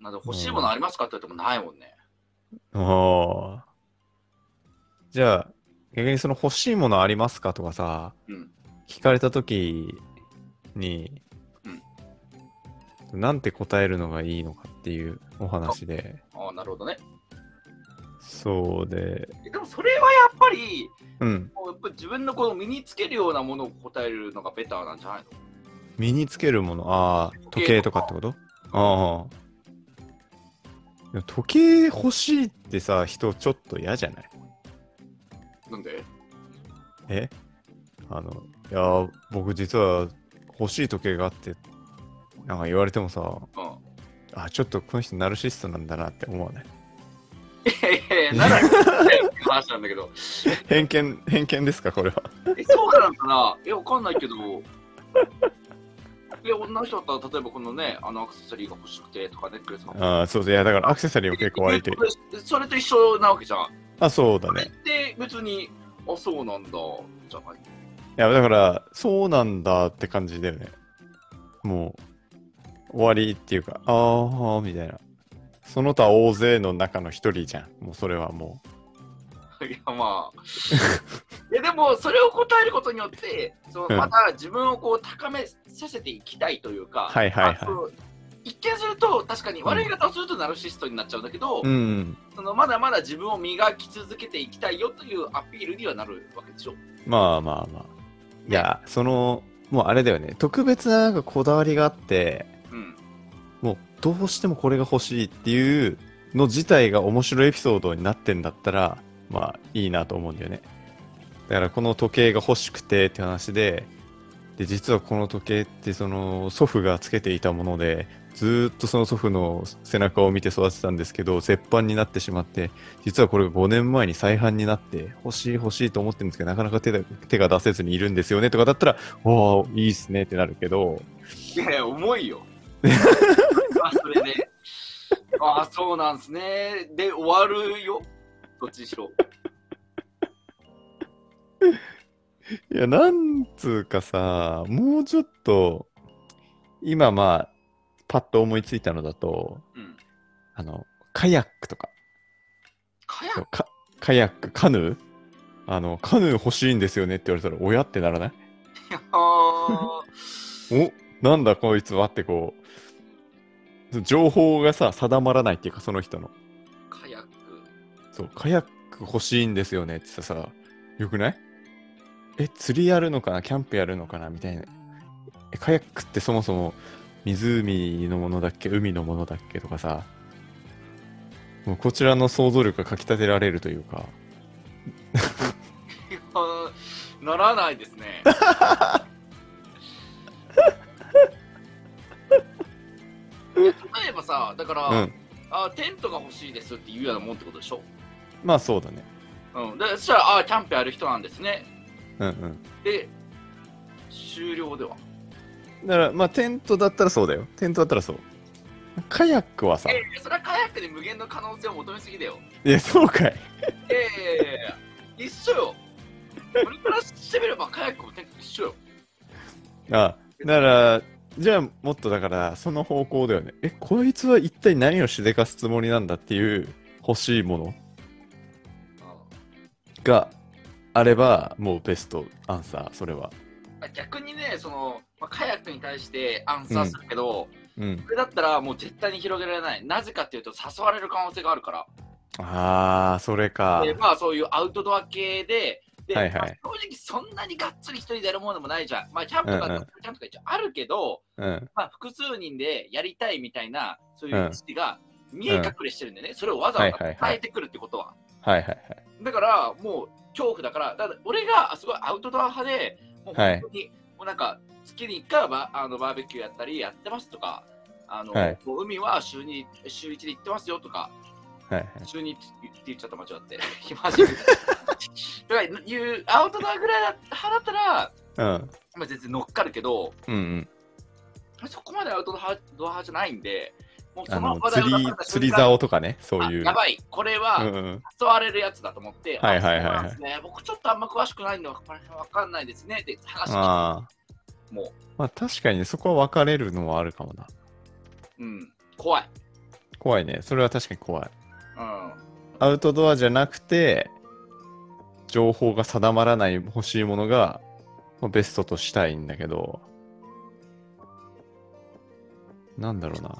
なんで欲しいものありますかって言ってもないもんね。 ああ。じゃあ、逆にその欲しいものありますかとかさ、 うん。 聞かれたときに、なんて答えるのがいいのかっていうお話で、 ああ、なるほどね。 そうで、 でもそれはやっぱり、 うん。 もうやっぱ自分のこの身につけるようなものを答えるのがベターなんじゃないの？ 身につけるもの、ああ、時計とかってこと？ああ。でも時計欲しいってさ、人ちょっと嫌じゃない？ なんで？ えいやー、僕実は欲しい時計があって、なんか言われてもさ、 うん。 あ、ちょっとこの人ナルシストなんだなって思わない？ いやいや、ならって話なんだけど。 偏見ですか、これは。 そうなのかな？わかんないけど。女の人だったら、例えばこのね、アクセサリーが欲しくてとか、ネックレスが欲しくて。 ああ、そうそう。いや、だからアクセサリーも結構割と。 それと一緒なわけじゃん。 あ、そうだね。 で、別に、あ、そうなんだ、じゃない。 いや、だから、そうなんだって感じだよね。もう、終わりっていうか、ああ、みたいな。その他大勢の中の一人じゃん。もうそれはもいや、まあ。いや、でも、それを答えることによって、また自分をこう高めさせていきたいというか、 はいはいはい。 一見すると、確かに悪い言い方をするとナルシストになっちゃうんだけど、まだまだ自分を磨き続けていきたいよというアピールにはなるわけでしょ。 まあまあまあ。いや、もうあれだよね。特別ななんかこだわりがあって、もうどうしてもこれが欲しいっていうの自体が面白いエピソードになってんだったら、まあいいなと思うんだよね。だからこの時計が欲しくてって話で、実はこの時計ってその祖父がつけていたもので、ずーっとその祖父の背中を見て育てたんですけど、絶版になってしまって、実はこれが5年前に再販になって、欲しい欲しいと思ってるんですけど、なかなか手が出せずにいるんですよねとかだったら、おー、いいっすねってなるけど。 いやいや、重いよ。それで、ああ、そうなんすね。で、終わるよ。どっちにしろ。 いや、なんつうかさ、もうちょっと、今まあ、パッと思いついたのだと、カヤックとか。カヤック、カヌーカヌー欲しいんですよねって言われたら、親ってならない？お、なんだこいつはってこう、情報がさ、定まらないっていうか、その人の。 カヤック。 そう、カヤック欲しいんですよねってさ、よくない？釣りやるのかな、キャンプやるのかなみたいな。カヤックってそもそも湖のものだっけ、海のものだっけとかさ、もうこちらの想像力がかきたてられるというか。 ならないですね。例えばさ、だから、テントが欲しいですっていうようなもんってことでしょ？ まあそうだね。 でそしたら、キャンプやる人なんですね。で、終了では。 だから、まあテントだったらそうだよ。テントだったらそう。カヤックはさ。 それはカヤックで無限の可能性を求めすぎだよ。 いや、そうかい。 一緒よ。俺からしてみればカヤックもテント一緒よ。 だから、じゃあもっとだから、その方向だよね。こいつは一体何をしでかすつもりなんだっていう欲しいものがあれば、もうベストアンサー、それは。 逆にね、カヤックに対してアンサーするけど、それだったらもう絶対に広げられない。なぜかっていうと、誘われる可能性があるから。 ああ、それか。 まあそういうアウトドア系で、 正直そんなにがっつり一人でやるものでもないじゃん。まあキャンプとか一応あるけど、まあ複数人でやりたいみたいな、そういう意識が見え隠れしてるんでね、それをわざわざ変えてくるってことは。だからもう恐怖だから、俺がすごいアウトドア派で、もう本当に、もうなんか月に1回はバーベキューやったりやってますとか、海は週1で行ってますよとか、週2って言っちゃった間違って。マジで。だからいうアウトドアぐらい派だったら、まあ全然乗っかるけど、そこまでアウトドア派じゃないんで、もうその釣り竿とかね、そういう。 やばい、これは誘われるやつだと思って、僕ちょっとあんま詳しくないんでわかんないですねって話してまあ確かにそこは分かれるのはあるかもな。 怖い。 怖いね。それは確かに怖い。 うん。 アウトドアじゃなくて、情報が定まらない欲しいものがベストとしたいんだけど、なんだろうな。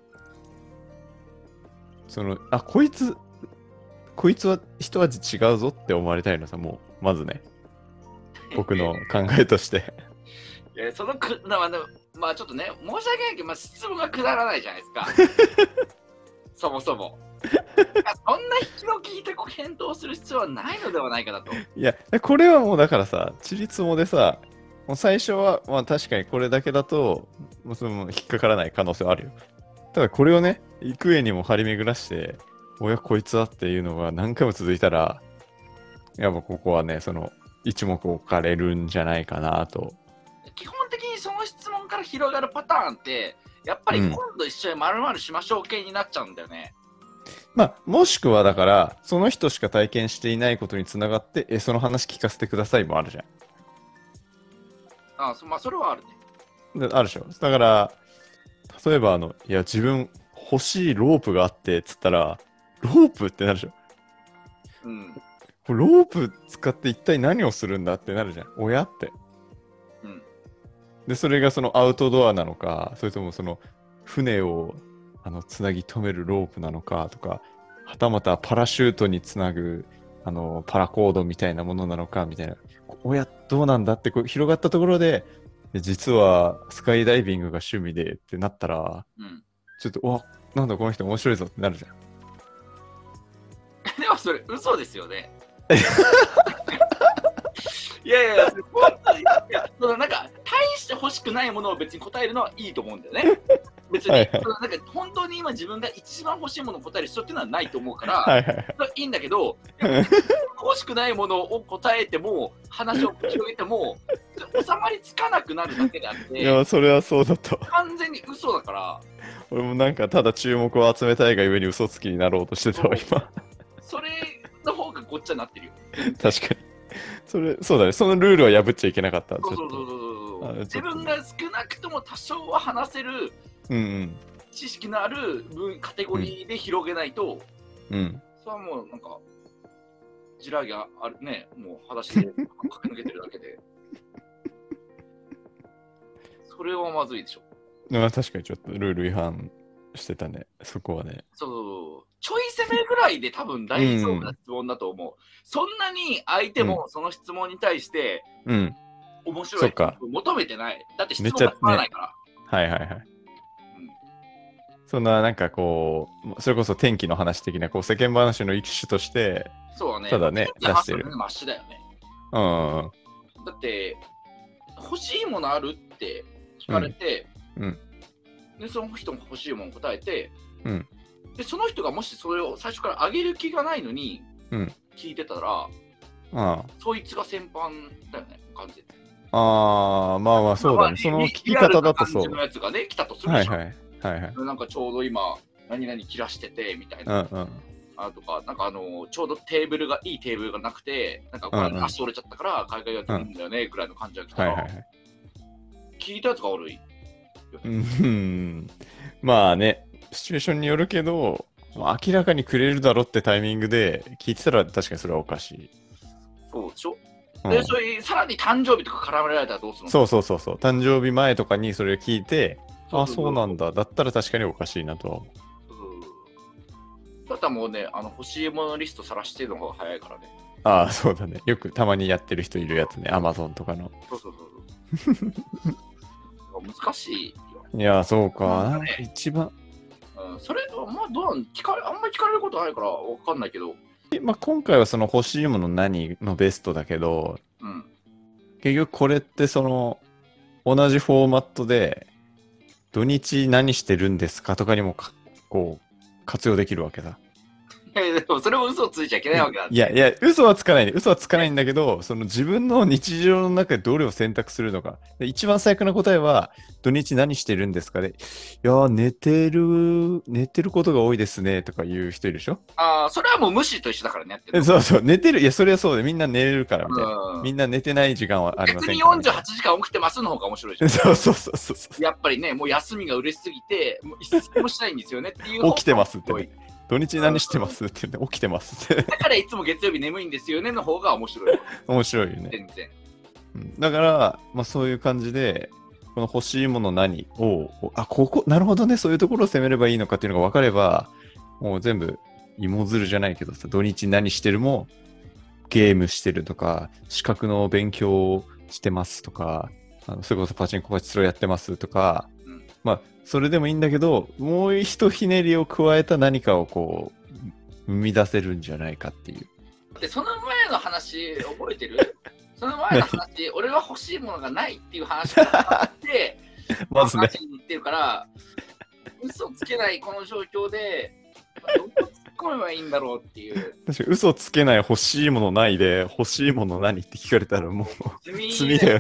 こいつは一味違うぞって思われたいのさ、もう、まずね。僕の考えとして。 いや、まあちょっとね、申し訳ないけど、質問がくだらないじゃないですか。そもそも。そんな人の聞いて検討する必要はないのではないかなと。 いや、これはもうだからさ、ちりつもでさ、もう最初は、確かにこれだけだと、もうその引っかからない可能性はあるよ。ただこれをね、幾重にも張り巡らして、こいつはっていうのが何回も続いたら、やっぱここはね、一目置かれるんじゃないかなと。 基本的にその質問から広がるパターンって、やっぱり今度一緒に〇〇しましょう系になっちゃうんだよね。 もしくはだから、その人しか体験していないことにつながって、その話聞かせてくださいもあるじゃん。 それはあるね。 あるでしょ。だから、例えばいや、自分欲しいロープがあって、つったら、ロープってなるでしょ。 うん。 ロープ使って一体何をするんだってなるじゃん。親って。 うん。 で、それがアウトドアなのか、それとも船をつなぎ止めるロープなのかとか、はたまたパラシュートにつなぐパラコードみたいなものなのかみたいな、どうなんだって広がったところで、実はスカイダイビングが趣味でってなったら、ちょっと、なんだこの人面白いぞってなるじゃん。 でもそれ嘘ですよね。いや、なんか大して欲しくないものを別に答えるのはいいと思うんだよね。別に、なんか本当に今自分が一番欲しいものを答える必要っていうのはないと思うから、いいんだけど、欲しくないものを答えても、話を広げても、収まりつかなくなるだけであって、 いや、それはそうだと。 完全に嘘だから。 俺もなんか、ただ注目を集めたいがゆえに嘘つきになろうとしてたわ、今。 それの方がごっちゃになってるよ。 確かに。そうだね。そのルールは破っちゃいけなかった。 そう。自分が少なくとも多少は話せる、知識のあるカテゴリーで広げないと、それはもうなんか、地雷があるね、もう裸足で駆け抜けてるだけで。それはまずいでしょ。 確かにちょっとルール違反してたね、そこはね。 そう。ちょい攻めぐらいで多分大丈夫な質問だと思う。そんなに相手もその質問に対して、面白い求めてない。だって質問がつまらないから。 はい。そんななんかそれこそ天気の話的な世間話の一種として、ただね、出してる。 マシだよね。だって、欲しいものあるって聞かれて、で、その人も欲しいもの答えて、で、その人がもしそれを最初からあげる気がないのに、聞いてたら、そいつが先般だよね、完全に。 そうだね。その聞き方だとそう。 のやつがね、来たとするじゃん。なんかちょうど今、何々切らしてて、みたいな。とか、なんかちょうどいいテーブルがなくて、なんかこれ足折れちゃったから買い替えが来るんだよね、ぐらいの感じが来たら、聞いたやつが悪い。 まあね、シチュエーションによるけど、明らかにくれるだろってタイミングで聞いてたら確かにそれはおかしい。 そうでしょ。で、それさらに誕生日とか絡められたらどうするの？ そう。誕生日前とかにそれを聞いて、そうなんだ。だったら確かにおかしいなとは思う。 だったらもうね、欲しいものリスト晒してるの方が早いからね。 そうだね。よくたまにやってる人いるやつね。Amazon とかの。 そう。難しい。 いや、そうか。一番。 それ、あんまり聞かれることないからわかんないけど。 今回はその欲しいもの何のベストだけど、結局これって同じフォーマットで、土日何してるんですかとかにも活用できるわけだ。 でもそれも嘘をついちゃいけないわけなんで。 いやいや、嘘はつかないね。嘘はつかないんだけど、その自分の日常の中でどれを選択するのか。で一番最悪な答えは、土日何してるんですかね。いやー、寝てることが多いですね、とか言う人いるでしょ。 ああ、それはもう無視と一緒だからね。 そうそう、寝てる。いや、それはそうで、みんな寝れるからみたいな。みんな寝てない時間はありませんから。 逆に48時間起きてますの方が面白いじゃん。 そうそうそうそう。 やっぱりね、もう休みが嬉しすぎて、もう一睡もしたいんですよねっていう。 起きてますって、ね。土日何してますって言って、起きてますって。 だからいつも月曜日眠いんですよねの方が面白い。 面白いよね。 全然。 だから、まあそういう感じで、この欲しいもの何を、なるほどね、そういうところを攻めればいいのかっていうのが分かれば、もう全部芋づるじゃないけどさ、土日何してるも、ゲームしてるとか、資格の勉強してますとか、それこそパチンコパチスロやってますとか、まあ、それでもいいんだけど、もう一ひねりを加えた何かをこう、生み出せるんじゃないかっていう。 で、その前の話、覚えてる？その前の話、俺は欲しいものがないっていう話があって、 まずね。 話に言ってるから、嘘つけないこの状況で、どこ突っ込めばいいんだろうっていう。 確かに嘘つけない欲しいものないで、欲しいもの何って聞かれたらもう、罪だよね。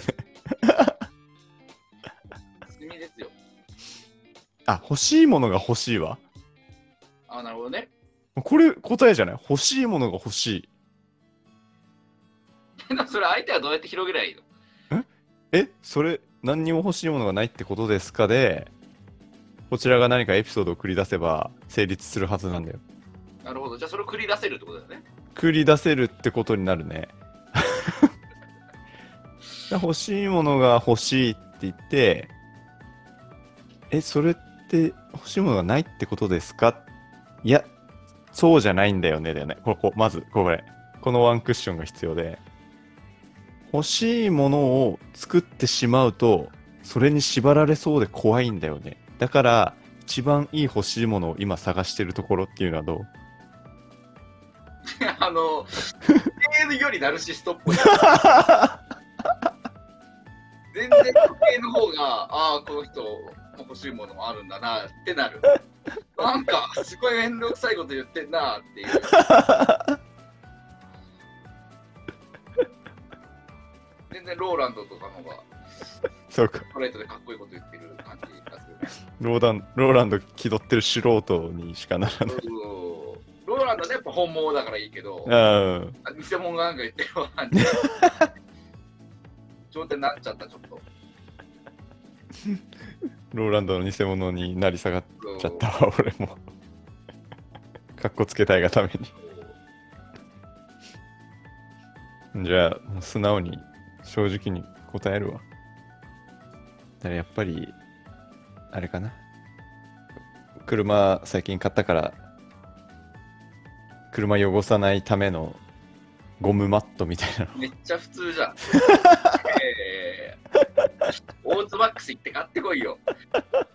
罪ですよ。 欲しいものが欲しいわ。 なるほどね。 これ答えじゃない？欲しいものが欲しい。 それ相手はどうやって広げればいいの？それ何にも欲しいものがないってことですかで、こちらが何かエピソードを繰り出せば成立するはずなんだよ。 なるほど。じゃあそれを繰り出せるってことだよね。 繰り出せるってことになるね。欲しいものが欲しいって言って、それって欲しいものがないってことですか？いや、そうじゃないんだよねだよね。まずこのワンクッションが必要で、欲しいものを作ってしまうとそれに縛られそうで怖いんだよね。だから一番いい欲しいものを今探してるところっていうのはどう？ よりナルシストっぽい。全然時計の方が、この人欲しいものもあるんだなってなる。なんかすごい面倒くさいこと言ってんなっていう。全然ローランドとかの方がそうか。 ストレートでかっこいいこと言ってる感じがするね。 ローランド気取ってる素人にしかならない。 ローランドね、やっぱ本物だからいいけど、偽物がなんか言ってるわなんて。状態になっちゃった、ちょっと。 ローランドの偽物になり下がっちゃったわ、俺も。かっこつけたいがために。じゃあ、素直に、正直に答えるわ。だからやっぱり、あれかな。車最近買ったから、車汚さないためのゴムマットみたいなの。 めっちゃ普通じゃん。オーツバックス行って買ってこいよ。